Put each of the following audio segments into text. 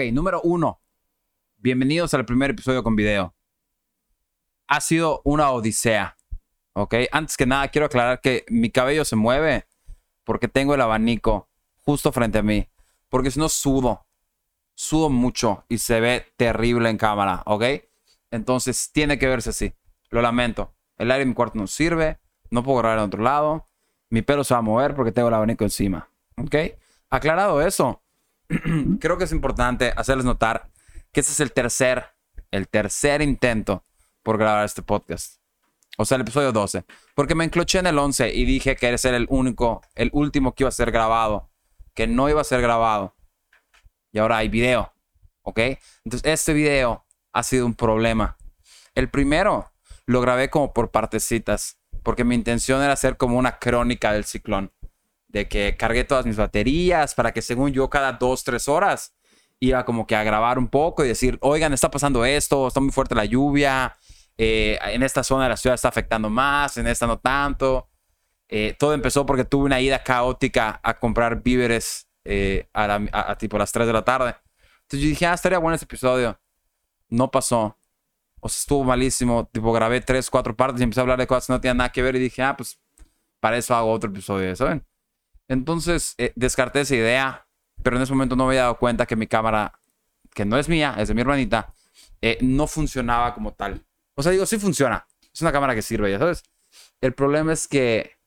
número 1. Bienvenidos al primer episodio con video. Ha sido una odisea, ¿ok? Antes que nada, quiero aclarar que mi cabello se mueve porque tengo el abanico justo frente a mí. Porque si no, sudo mucho y se ve terrible en cámara, ¿ok? Entonces, tiene que verse así. Lo lamento. El aire en mi cuarto no sirve. No puedo grabar en otro lado. Mi pelo se va a mover porque tengo el abanico encima, ¿ok? Aclarado eso, creo que es importante hacerles notar que este es el tercer intento por grabar este podcast. O sea, el episodio 12. Porque me encloché en el 11 y dije que ese era el último que iba a ser grabado. Que no iba a ser grabado. Y ahora hay video, ¿ok? Entonces, este video ha sido un problema. El primero lo grabé como por partecitas. Porque mi intención era hacer como una crónica del ciclón. De que cargué todas mis baterías para que según yo cada 2-3 horas iba como que a grabar un poco y decir, oigan, está pasando esto, está muy fuerte la lluvia, en esta zona de la ciudad está afectando más, en esta no tanto. Todo empezó porque tuve una ida caótica a comprar víveres a tipo las 3 de la tarde. Entonces yo dije, estaría bueno este episodio. No pasó. O sea, estuvo malísimo. Tipo, grabé 3-4 partes y empecé a hablar de cosas que no tenían nada que ver y dije, pues para eso hago otro episodio, ¿saben? Entonces descarté esa idea, pero en ese momento no me había dado cuenta que mi cámara, que no es mía, es de mi hermanita, no funcionaba como tal. O sea, digo, sí funciona. Es una cámara que sirve, ya sabes. El problema es que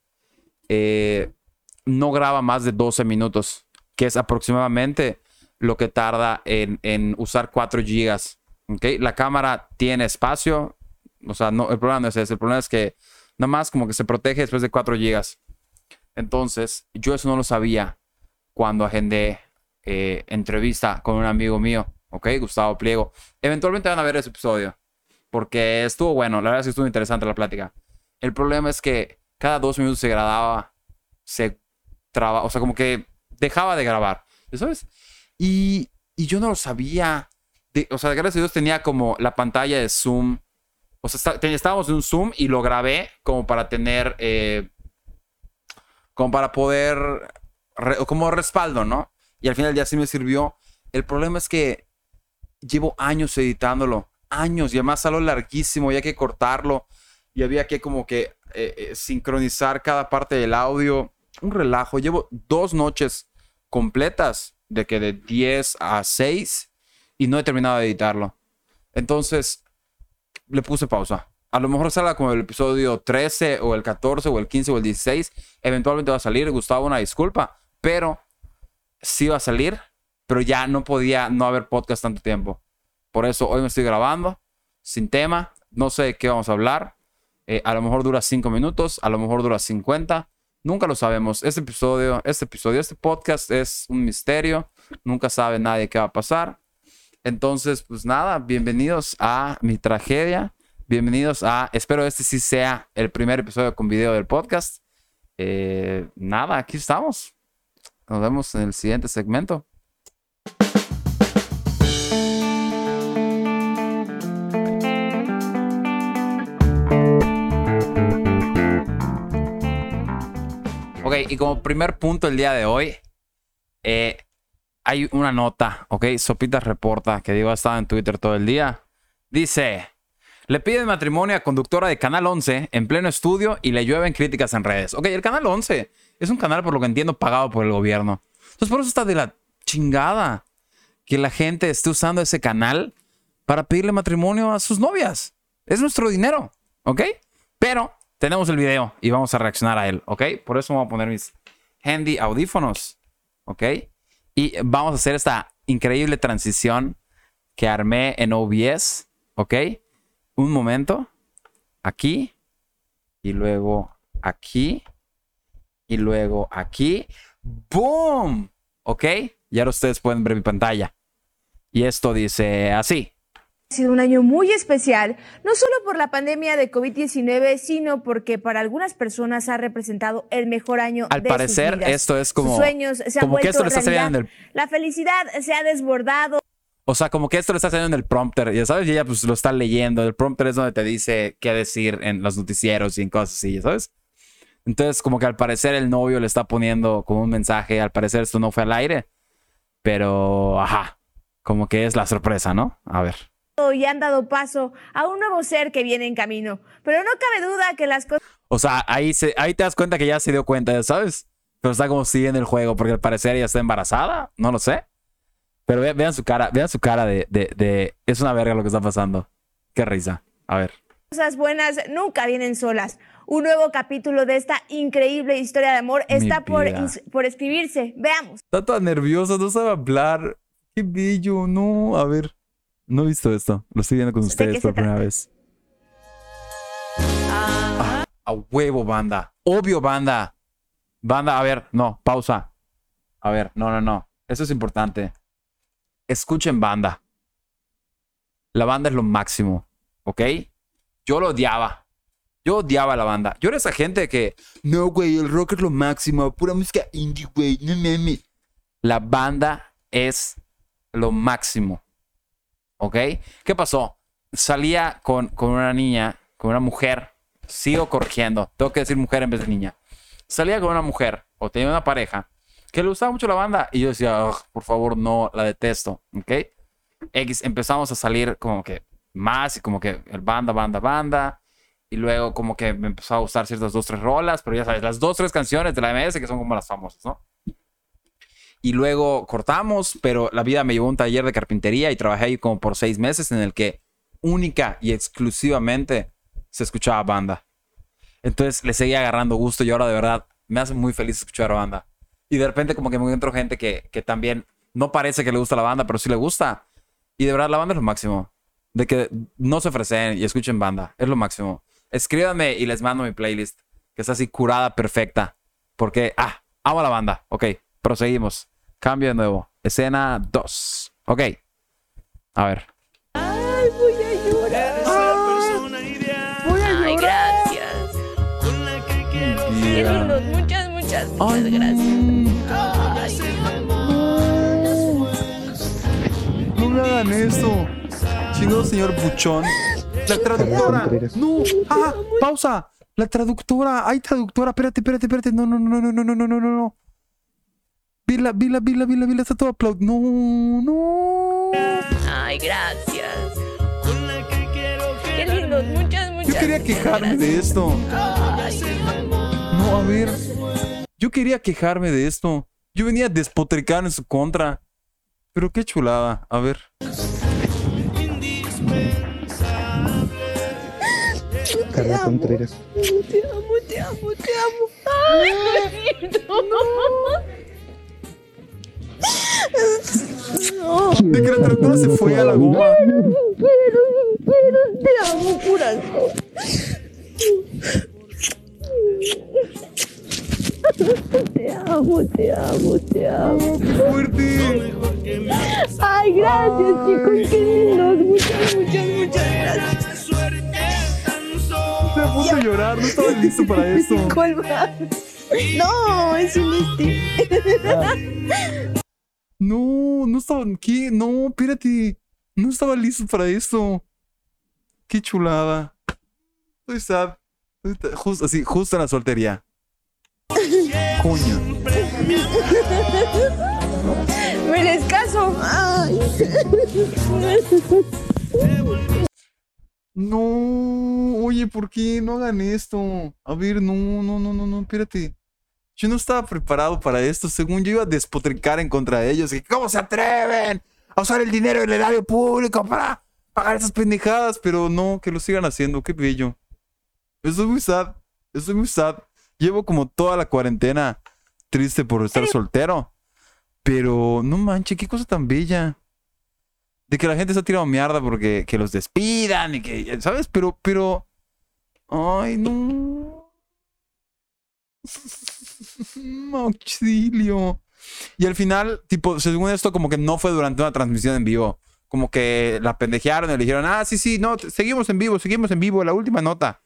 no graba más de 12 minutos, que es aproximadamente lo que tarda en usar 4 gigas. ¿Okay? La cámara tiene espacio. O sea, no, el problema no es ese. El problema es que nada más como que se protege después de 4 gigas. Entonces, yo eso no lo sabía cuando agendé entrevista con un amigo mío, ¿ok? Gustavo Pliego. Eventualmente van a ver ese episodio, porque estuvo bueno. La verdad es que estuvo interesante la plática. El problema es que cada 2 minutos se grababa, se traba, o sea, como que dejaba de grabar, ¿sabes? Y yo no lo sabía. O sea, gracias a Dios tenía como la pantalla de Zoom. O sea, estábamos en un Zoom y lo grabé como para tener... como para poder, como respaldo, ¿no? Y al final ya sí me sirvió. El problema es que llevo años editándolo. Años. Y además salió larguísimo. Y hay que cortarlo. Y había que como que sincronizar cada parte del audio. Un relajo. Llevo 2 noches completas. De 10 a 6. Y no he terminado de editarlo. Entonces, le puse pausa. A lo mejor salga como el episodio 13 o el 14 o el 15 o el 16. Eventualmente va a salir. Gustavo, una disculpa. Pero sí va a salir. Pero ya no podía no haber podcast tanto tiempo. Por eso hoy me estoy grabando. Sin tema. No sé de qué vamos a hablar. A lo mejor dura 5 minutos. A lo mejor dura 50. Nunca lo sabemos. Este podcast es un misterio. Nunca sabe nadie qué va a pasar. Entonces, pues nada. Bienvenidos a mi tragedia. Bienvenidos a... Espero este sí sea el primer episodio con video del podcast. Nada, aquí estamos. Nos vemos en el siguiente segmento. Ok, y como primer punto el día de hoy, hay una nota, ok, Sopitas reporta, que digo, ha estado en Twitter todo el día. Dice... Le piden matrimonio a conductora de Canal 11 en pleno estudio y le llueven críticas en redes. Ok, el Canal 11 es un canal, por lo que entiendo, pagado por el gobierno. Entonces, por eso está de la chingada que la gente esté usando ese canal para pedirle matrimonio a sus novias. Es nuestro dinero, ¿ok? Pero tenemos el video y vamos a reaccionar a él, ¿ok? Por eso voy a poner mis handy audífonos, ¿ok? Y vamos a hacer esta increíble transición que armé en OBS, ¿ok? Un momento, aquí, y luego aquí, y luego aquí. ¡Boom! ¿Ok? Y ahora ustedes pueden ver mi pantalla. Y esto dice así. Ha sido un año muy especial, no solo por la pandemia de COVID-19, sino porque para algunas personas ha representado el mejor año Al de parecer, sus vidas. esto es como... Sus sueños se han como que vuelto esto le está realidad. saliendo en el... La felicidad se ha desbordado. O sea, como que esto le está saliendo en el prompter, ya sabes, y ella pues lo está leyendo. El prompter es donde te dice qué decir en los noticieros y en cosas así, ya sabes. Entonces, como que al parecer el novio le está poniendo como un mensaje. Al parecer esto no fue al aire. Pero, ajá. como que es la sorpresa, ¿no? A ver. Y han dado paso a un nuevo ser que viene en camino. Pero no cabe duda que las cosas O sea, ahí te das cuenta que ya se dio cuenta, ya sabes. Pero está como siguiendo el juego, porque al parecer ella está embarazada, no lo sé. Pero vean su cara de... Es una verga lo que está pasando. Qué risa. A ver. buenas nunca vienen solas. Un nuevo capítulo de esta increíble historia de amor está por escribirse. Veamos. Está toda nerviosa, no sabe hablar. Qué bello, no. A ver. No he visto esto. Lo estoy viendo con ustedes por primera vez. A huevo, banda. Obvio, banda. Banda, a ver. No, pausa. A ver, no. Eso es importante. Escuchen, banda. La banda es lo máximo. ¿Ok? Yo lo odiaba. Yo odiaba a la banda. Yo era esa gente que... No, güey, el rock es lo máximo. Pura música indie, güey. No mames. La banda es lo máximo. ¿Ok? ¿Qué pasó? Salía con una niña, con una mujer. Sigo corrigiendo. Tengo que decir mujer en vez de niña. Salía con una mujer o tenía una pareja que le gustaba mucho la banda. Y yo decía, por favor, no, la detesto. ¿Ok? Empezamos a salir como que más y como que el banda. Y luego como que me empezó a gustar ciertas 2-3 rolas. Pero ya sabes, las 2-3 canciones de la MS que son como las famosas, ¿no? Y luego cortamos, pero la vida me llevó a un taller de carpintería y trabajé ahí como por 6 meses en el que única y exclusivamente se escuchaba banda. Entonces le seguía agarrando gusto y ahora de verdad me hace muy feliz escuchar banda. Y de repente como que me encuentro gente que también no parece que le gusta la banda, pero sí le gusta. Y de verdad la banda es lo máximo. De que no se ofrecen y escuchen banda. Es lo máximo. Escríbanme y les mando mi playlist, que está así curada, perfecta. Porque, amo a la banda. Ok, proseguimos. Cambio de nuevo. Escena 2. Ok. A ver. Ay, voy a llorar. Voy a llorar. Ay, gracias. Qué lindos. Muchas gracias. No me hagan esto. Chingado señor buchón. La traductora. No. Pausa. La traductora. Ay, traductora. Espérate. No. Vila. Está todo aplaudido. No. Ay, gracias. Qué lindos. Muchas. Yo quería quejarme de esto. No, a ver. Yo quería quejarme de esto. Yo venía a despotricar en su contra. Pero qué chulada. A ver. Carla Contreras. Te amo. Ay, no. De que la traductora se fue a la goma. Pero te amo, corazón. Te amo. ¡Qué fuerte! Ay, gracias, chicos, qué lindos. Muchas gracias. Estoy a punto de llorar, no estaba listo para esto. ¿Cuál va? No, es un No estaba... ¿Qué? No, espérate. No estaba listo para esto. Qué chulada. Estoy sad. Justo en la soltería. Coño. Me les caso. Ay. No, oye, ¿por qué no hagan esto? A ver, no, espérate. Yo no estaba preparado para esto. Según yo iba a despotricar en contra de ellos. ¿Cómo se atreven a usar el dinero del erario público para pagar esas pendejadas? Pero no, que lo sigan haciendo. Qué bello. Estoy muy sad. Llevo como toda la cuarentena triste por estar soltero. Pero no manches, qué cosa tan bella. De que la gente se ha tirado mierda porque que los despidan y que, ¿sabes? Pero... Ay, no. Auxilio. Y al final, tipo, según esto, como que no fue durante una transmisión en vivo. Como que la pendejearon y le dijeron, sí, no, seguimos en vivo, la última nota.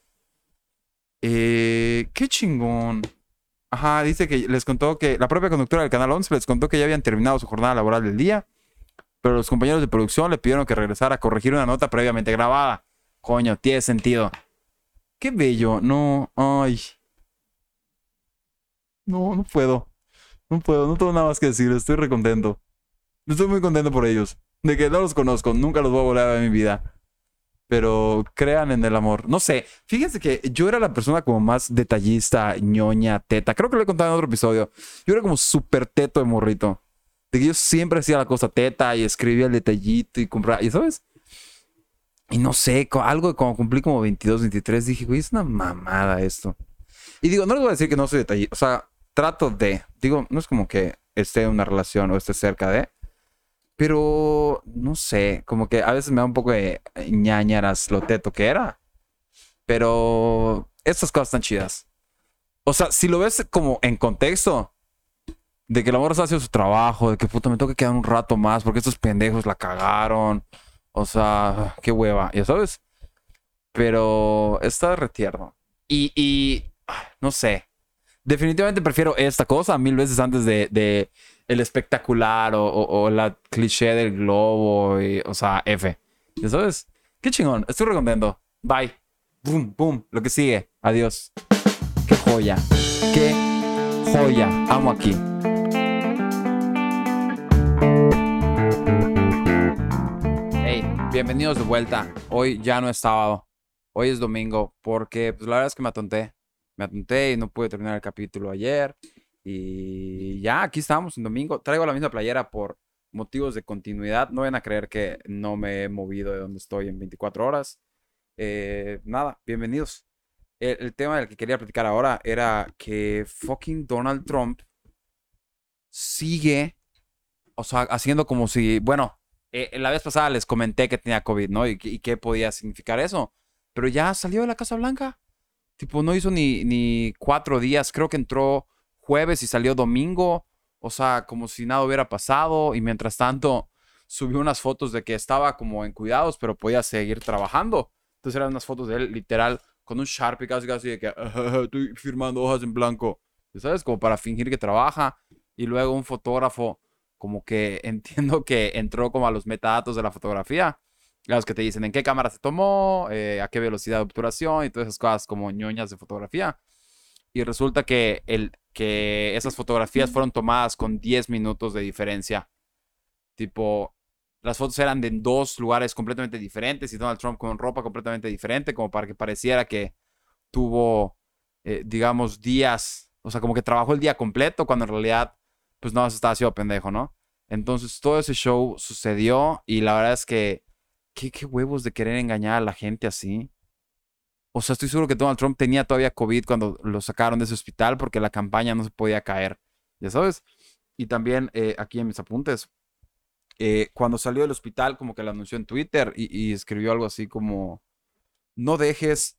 Qué chingón. Ajá, dice que les contó que la propia conductora del Canal 11 les contó que ya habían terminado su jornada laboral del día. Pero los compañeros de producción le pidieron que regresara a corregir una nota previamente grabada. Coño, tiene sentido. Qué bello. No, ay. No puedo. No tengo nada más que decir. Estoy recontento. Estoy muy contento por ellos. De que no los conozco, nunca los voy a volver a ver en mi vida. Pero crean en el amor. No sé, fíjense que yo era la persona como más detallista, ñoña, teta. Creo que lo he contado en otro episodio. Yo era como súper teto de morrito. De que yo siempre hacía la cosa teta y escribía el detallito y compraba, ¿y sabes? Y no sé, algo de cuando cumplí como 22, 23, dije, güey, es una mamada esto. Y digo, no les voy a decir que no soy detallista. O sea, trato de. Digo, no es como que esté en una relación o esté cerca de. Pero, no sé, como que a veces me da un poco de ñañaras lo teto que era. Pero estas cosas están chidas. O sea, si lo ves como en contexto, de que el amor está haciendo su trabajo, de que puta me tengo que quedar un rato más porque estos pendejos la cagaron. O sea, qué hueva, ya sabes. Pero está retierno. No sé. Definitivamente prefiero esta cosa 1000 veces antes de el espectacular o la cliché del globo. O sea, F. ¿Ya sabes? Qué chingón. Estoy re contento. Bye. Boom, boom. Lo que sigue. Adiós. Qué joya. Qué joya. Amo aquí. Hey, bienvenidos de vuelta. Hoy ya no es sábado. Hoy es domingo porque pues la verdad es que me atonté. Me apunté y no pude terminar el capítulo ayer. Y ya, aquí estamos en domingo. Traigo la misma playera por motivos de continuidad. No van a creer que no me he movido de donde estoy en 24 horas. Nada, bienvenidos. El tema del que quería platicar ahora era que fucking Donald Trump sigue, o sea, haciendo como si, bueno, la vez pasada les comenté que tenía COVID, ¿no? Y qué podía significar eso. Pero ya salió de la Casa Blanca. Tipo, no hizo ni 4 días. Creo que entró jueves y salió domingo. O sea, como si nada hubiera pasado. Y mientras tanto, subió unas fotos de que estaba como en cuidados, pero podía seguir trabajando. Entonces eran unas fotos de él, literal, con un Sharpie casi de que estoy firmando hojas en blanco. ¿Sabes? Como para fingir que trabaja. Y luego un fotógrafo, como que entiendo que entró como a los metadatos de la fotografía. Los que te dicen en qué cámara se tomó, a qué velocidad de obturación y todas esas cosas como ñoñas de fotografía. Y resulta que esas fotografías fueron tomadas con 10 minutos de diferencia. Tipo, las fotos eran de 2 lugares completamente diferentes y Donald Trump con ropa completamente diferente, como para que pareciera que tuvo, digamos, días, o sea, como que trabajó el día completo, cuando en realidad, pues no, se estaba haciendo pendejo, ¿no? Entonces, todo ese show sucedió y la verdad es que ¿Qué huevos de querer engañar a la gente así? O sea, estoy seguro que Donald Trump tenía todavía COVID cuando lo sacaron de ese hospital porque la campaña no se podía caer. ¿Ya sabes? Y también aquí en mis apuntes, cuando salió del hospital como que lo anunció en Twitter y escribió algo así como, no dejes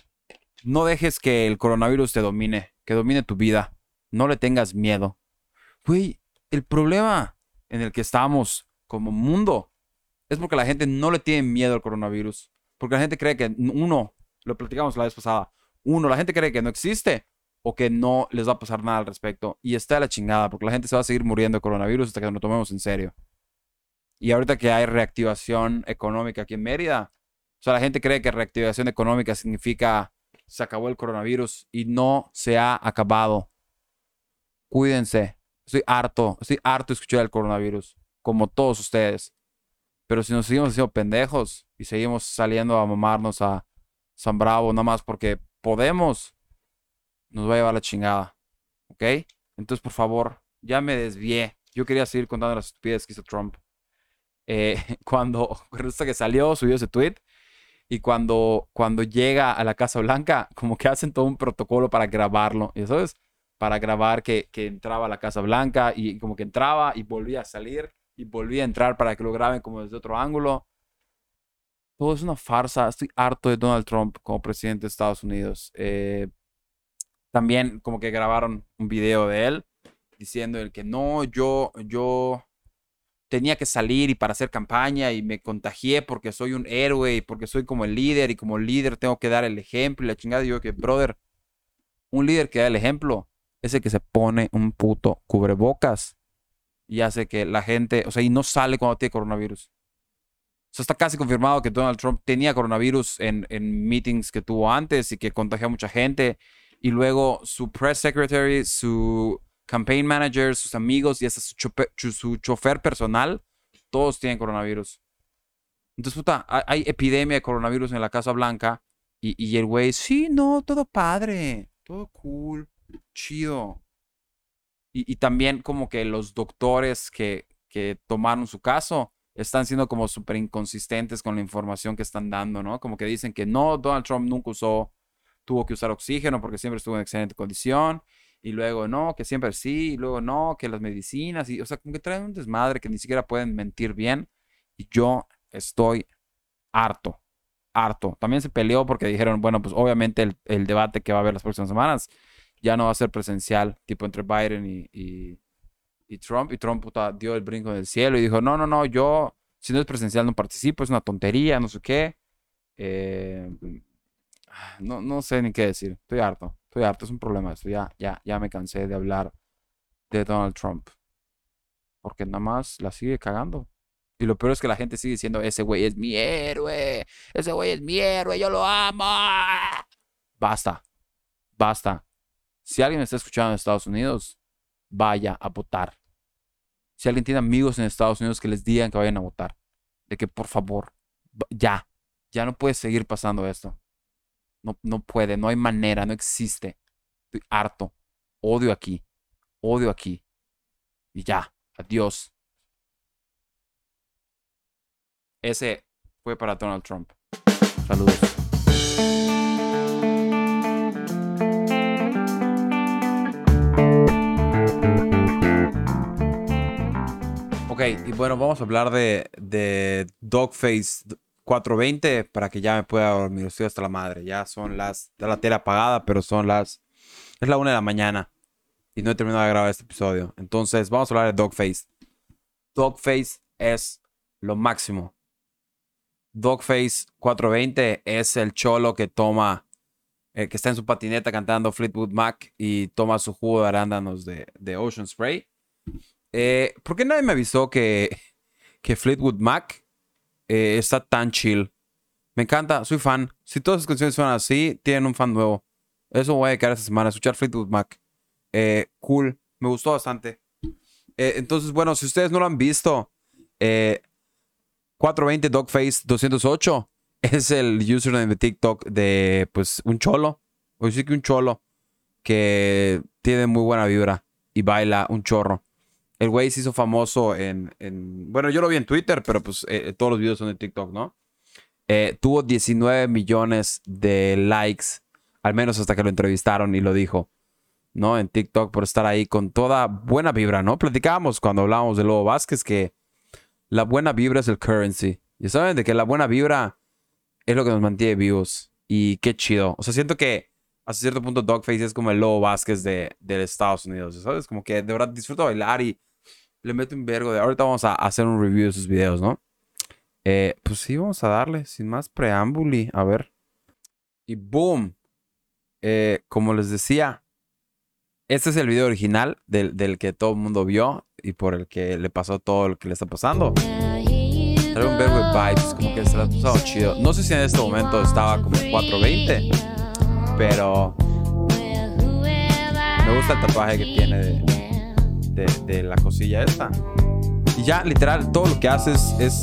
que el coronavirus te domine, que domine tu vida. No le tengas miedo. Güey, el problema en el que estamos como mundo es porque la gente no le tiene miedo al coronavirus. Porque la gente cree que, uno, lo platicamos la vez pasada, la gente cree que no existe o que no les va a pasar nada al respecto. Y está de la chingada, porque la gente se va a seguir muriendo de coronavirus hasta que nos lo tomemos en serio. Y ahorita que hay reactivación económica aquí en Mérida, o sea, la gente cree que reactivación económica significa se acabó el coronavirus y no se ha acabado. Cuídense. Estoy harto de escuchar el coronavirus, como todos ustedes. Pero si nos seguimos haciendo pendejos y seguimos saliendo a mamarnos a San Bravo nada más porque podemos, nos va a llevar la chingada. ¿Ok? Entonces, por favor, ya me desvié. Yo quería seguir contando las estupideces que hizo Trump. Cuando resulta que subió ese tweet. Y cuando llega a la Casa Blanca, como que hacen todo un protocolo para grabarlo. ¿Y sabes? Para grabar que entraba a la Casa Blanca y como que entraba y volvía a salir. Y volví a entrar para que lo graben como desde otro ángulo. Todo es una farsa. Estoy harto de Donald Trump como presidente de Estados Unidos. También como que grabaron un video de él diciendo el que no, yo tenía que salir y para hacer campaña y me contagié porque soy un héroe y porque soy como el líder y como líder tengo que dar el ejemplo y la chingada. Y yo que, brother, un líder que da el ejemplo es el que se pone un puto cubrebocas y hace que la gente, o sea, y no sale cuando tiene coronavirus. O sea, está casi confirmado que Donald Trump tenía coronavirus en meetings que tuvo antes y que contagió a mucha gente. Y luego su press secretary, su campaign manager, sus amigos y hasta su chofer personal Todos tienen coronavirus. Entonces, puta, hay epidemia de coronavirus en la Casa Blanca. Y el güey, sí, no, todo padre. Todo cool. Chido. Y también como que los doctores que tomaron su caso están siendo como súper inconsistentes con la información que están dando, ¿no? Como que dicen que no, Donald Trump nunca tuvo que usar oxígeno porque siempre estuvo en excelente condición. Y luego no, que siempre sí. Y luego no, que las medicinas. O sea, como que traen un desmadre que ni siquiera pueden mentir bien. Y yo estoy harto. También se peleó porque dijeron, bueno, pues obviamente el debate que va a haber las próximas semanas ya no va a ser presencial, tipo entre Biden y Trump. Y Trump, puta, dio el brinco del cielo y dijo, no, yo, si no es presencial no participo, es una tontería, no sé qué. No sé ni qué decir. Estoy harto, es un problema esto. Ya me cansé de hablar de Donald Trump. Porque nada más la sigue cagando. Y lo peor es que la gente sigue diciendo, ese güey es mi héroe, yo lo amo. Basta. Si alguien me está escuchando en Estados Unidos, vaya a votar. Si alguien tiene amigos en Estados Unidos, que les digan que vayan a votar. De que por favor, ya no puede seguir pasando esto. No puede, no hay manera, no existe. Estoy harto. Odio aquí. Y ya, adiós. Ese fue para Donald Trump. Saludos. Ok, y bueno, vamos a hablar de Dogface 420 para que ya me pueda dormir. Estoy hasta la madre. Ya son de la tele apagada, pero es la 1 de la mañana. Y no he terminado de grabar este episodio. Entonces, vamos a hablar de Dogface. Dogface es lo máximo. Dogface 420 es el cholo que que está en su patineta cantando Fleetwood Mac y toma su jugo de arándanos de Ocean Spray. ¿Por qué nadie me avisó que Fleetwood Mac está tan chill? Me encanta, soy fan. Si todas las canciones suenan así, tienen un fan nuevo. Eso voy a dedicar esta semana, a escuchar Fleetwood Mac. Cool, me gustó bastante. Entonces, bueno, si ustedes no lo han visto, 420 Dogface 208 es el username de TikTok de, pues, un cholo. O sí que un cholo que tiene muy buena vibra y baila un chorro. El güey se hizo famoso bueno, yo lo vi en Twitter, pero pues todos los videos son de TikTok, ¿no? Tuvo 19 millones de likes, al menos hasta que lo entrevistaron y lo dijo, ¿no? En TikTok, por estar ahí con toda buena vibra, ¿no? Platicábamos cuando hablábamos de Lobo Vázquez que la buena vibra es el currency. Ya saben de que la buena vibra es lo que nos mantiene vivos. Y qué chido. O sea, siento que hasta cierto punto Dogface es como el Lobo Vázquez de Estados Unidos, ¿sabes? Como que de verdad disfruta bailar y le mete un vergo de... Ahorita vamos a hacer un review de sus videos, ¿no? Pues sí, vamos a darle sin más preámbulo. A ver. Y boom. Como les decía, este es el video original del que todo el mundo vio y por el que le pasó todo lo que le está pasando. Trae un verbo de vibes, como que se la ha pasado chido. No sé si en este momento estaba como 420, pero me gusta el tatuaje que tiene de la cosilla esta. Y ya, literal, todo lo que haces es...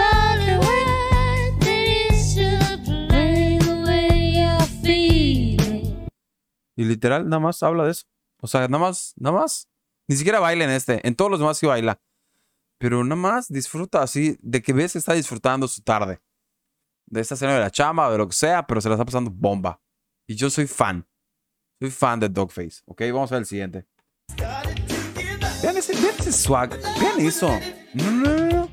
Y literal, nada más habla de eso. O sea, nada más. Ni siquiera baila en este. En todos los demás sí baila. Pero nada más disfruta así de que ves que está disfrutando su tarde. De esta escena de la chamba o de lo que sea, pero se la está pasando bomba. Y yo soy fan. Soy fan de Dogface. Ok, vamos a ver el siguiente. Vean ese swag. Vean eso. No.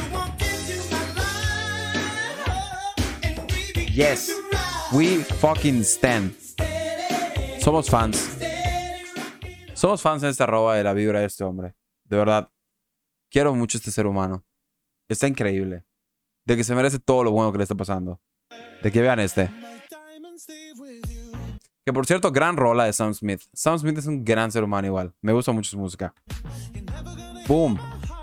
Yes. We fucking stand. Somos fans. Somos fans en esta arroba de la vibra de este hombre. De verdad. Quiero mucho a este ser humano. Está increíble. De que se merece todo lo bueno que le está pasando. De que vean este. Que por cierto, gran rola de Sam Smith. Sam Smith es un gran ser humano igual. Me gusta mucho su música. Boom.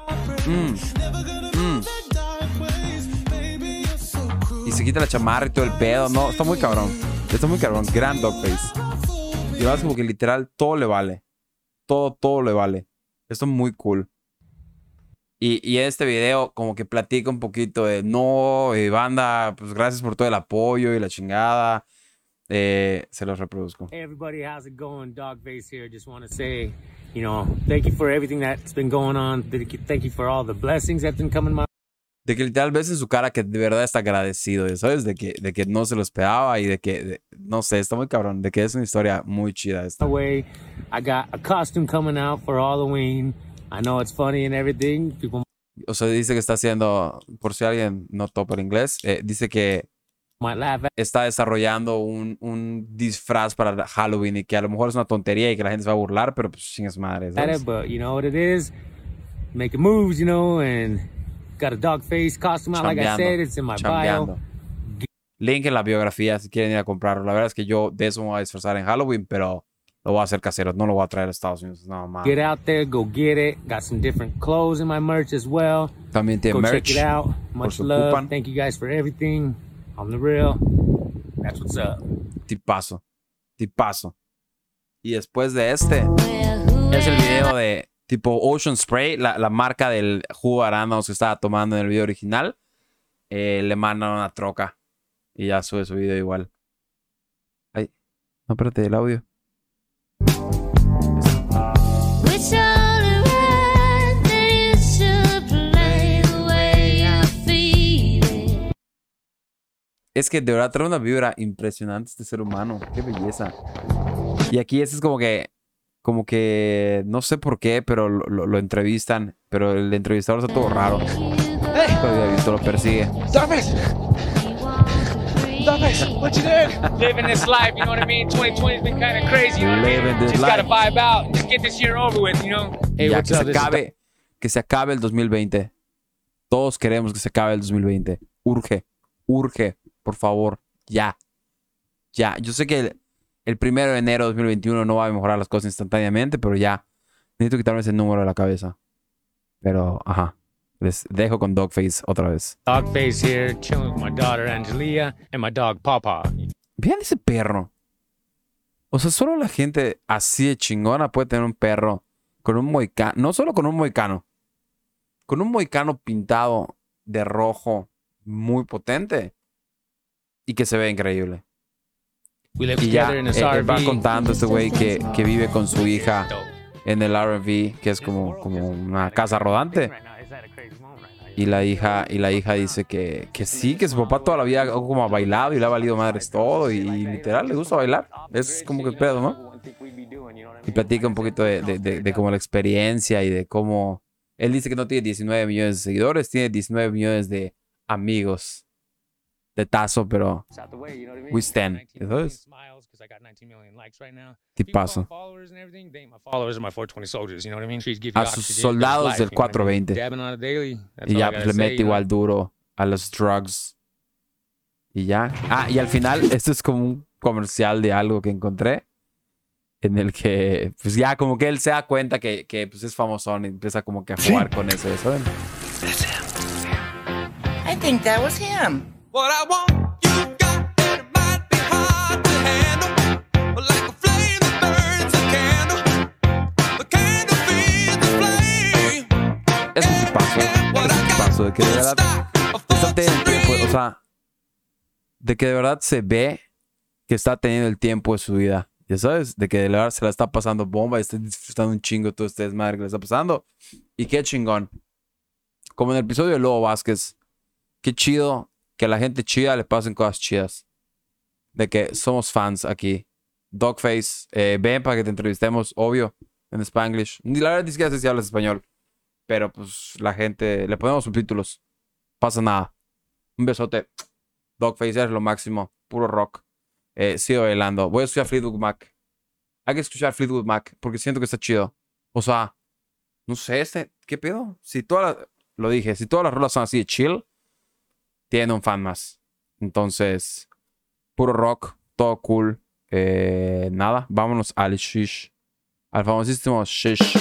Y se quita la chamarra y todo el pedo. No, está muy cabrón. Está muy cabrón. Gran Dogface. Y vas como que literal todo le vale. Todo le vale. Esto es muy cool. Y este video como que platica un poquito de no, banda, pues gracias por todo el apoyo y la chingada. Se los reproduzco. Hey everybody, how's it going? Dogface here. Just want to say, thank you for everything that's been going on. Thank you for all the blessings that's been coming my De que literal ves en su cara que de verdad está agradecido, ¿sabes? De que no se lo esperaba y de que, no sé, está muy cabrón. De que es una historia muy chida esta. way. I got a costume coming out for Halloween. I know it's funny and everything. People O sea, dice que está haciendo, por si alguien no topa el inglés, dice que might laugh at está desarrollando un disfraz para Halloween y que a lo mejor es una tontería y que la gente se va a burlar, pero pues chingas madre, ¿sabes? it, but you know what it is. Making moves, and got a dog face costume out. Like I said, it's in my bio. Chambeando. Link en la biografía si quieren ir a comprarlo. La verdad es que yo de eso me voy a disfrazar en Halloween, pero lo voy a hacer casero. No lo voy a traer a Estados Unidos. No, man. Get out there, go get it. Got some different clothes in my merch as well. También tiene Go merch. check it out. Much si love. ocupan. Thank you guys for everything. On the real. That's what's up. Tipazo. Tipazo. Y después de este, es el video de tipo Ocean Spray, la marca del jugo de arándanos que estaba tomando en el video original. Le mandan una troca y ya sube su video igual. Ay, no, espérate, el audio. Es que de verdad trae una vibra impresionante este ser humano. Qué belleza. Y aquí este es como que no sé por qué, pero lo entrevistan. Pero el entrevistador está todo raro. Pero lo persigue. Dogface! Dogface, what you doing? Living this life, you know what I mean? 2020's been kind of crazy, you know what I Living mean? this Just gotta life. vibe out and just get this year over with, you know? Hey, Ya what's que up? This is se acabe el 2020. Todos queremos que se acabe el 2020. Urge, por favor, ya. Yo sé que el 1 de enero de 2021 no va a mejorar las cosas instantáneamente, pero ya. Necesito quitarme ese número de la cabeza. Pero, ajá. Les dejo con Dogface otra vez. Dogface here, chilling with my daughter Angelia and my dog Pawpaw. Vean ese perro. O sea, solo la gente así de chingona puede tener un perro con un mohicano. No solo con un mohicano. Con un mohicano pintado de rojo muy potente. Y que se ve increíble. We live Y ya together in this RV. va contando este güey que vive con su hija en el RV, que es como una casa rodante. Y la hija dice que sí, que su papá toda la vida como ha bailado y le ha valido madres todo. Y literal le gusta bailar. Es como que el pedo, ¿no? Y platica un poquito de como la experiencia y de cómo... Él dice que no tiene 19 millones de seguidores, tiene 19 millones de amigos. De tazo, pero we stand. ¿Sabes? Tipazo. A sus soldados del 420. Y ya pues le mete igual duro a los drugs. Y ya. Ah, y al final, esto es como un comercial de algo que encontré. En el que, pues ya como que él se da cuenta que pues es famosón y empieza como que a jugar con eso, ¿saben? I think that was him. What I want, you got it, might be hard to handle. But like a flame that burns a candle, the candle feeds the flame. Es un tipazo de que de verdad está teniendo tiempo, o sea, de que de verdad se ve que está teniendo el tiempo de su vida, ya sabes, de que de verdad se la está pasando bomba y está disfrutando un chingo todo este desmadre que le está pasando. Y qué chingón. Como en el episodio de Lobo Vázquez, qué chido que a la gente chida le pasen cosas chidas. De que somos fans aquí. Dogface, ven para que te entrevistemos, obvio, en Spanglish. Ni la verdad ni siquiera sé si hablas español. Pero pues la gente, le ponemos subtítulos. Pasa nada. Un besote. Dogface, eres lo máximo. Puro rock. Sigo bailando. Voy a escuchar Fleetwood Mac. Hay que escuchar Fleetwood Mac porque siento que está chido. O sea, no sé, ¿qué pedo? Si lo dije, si todas las rolas son así de chill, tiene un fan más. Entonces, puro rock, todo cool. Nada, vámonos al Shish. Al famosísimo Shish.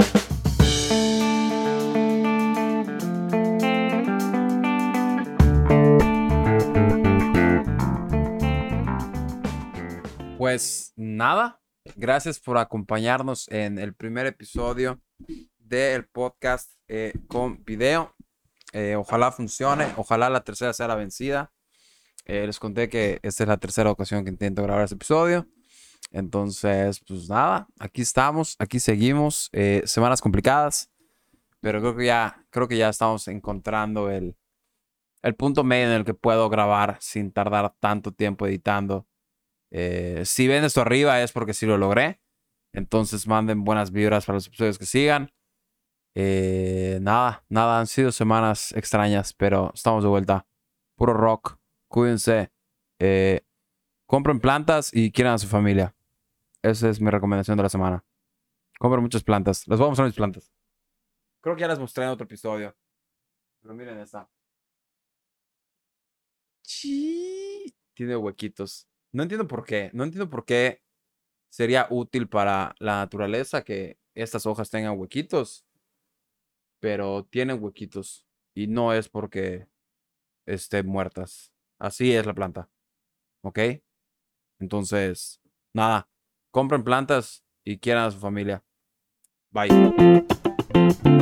Pues nada, gracias por acompañarnos en el primer episodio del podcast con video. Ojalá funcione. Ojalá la tercera sea la vencida. Les conté que esta es la tercera ocasión que intento grabar este episodio. Entonces, pues nada, aquí estamos, aquí seguimos. Semanas complicadas, pero creo que ya estamos encontrando el punto medio en el que puedo grabar sin tardar tanto tiempo editando. Si ven esto arriba es porque sí lo logré. Entonces manden buenas vibras para los episodios que sigan. Nada, han sido semanas extrañas, pero estamos de vuelta. Puro rock, cuídense. Compren plantas y quieran a su familia. Esa es mi recomendación de la semana. Compren muchas plantas. Les voy a mostrar mis plantas. Creo que ya las mostré en otro episodio. Pero miren esta. Tiene huequitos. No entiendo por qué. No entiendo por qué sería útil para la naturaleza que estas hojas tengan huequitos. Pero tienen huequitos. Y no es porque estén muertas. Así es la planta. ¿Ok? Entonces, nada. Compren plantas y quieran a su familia. Bye.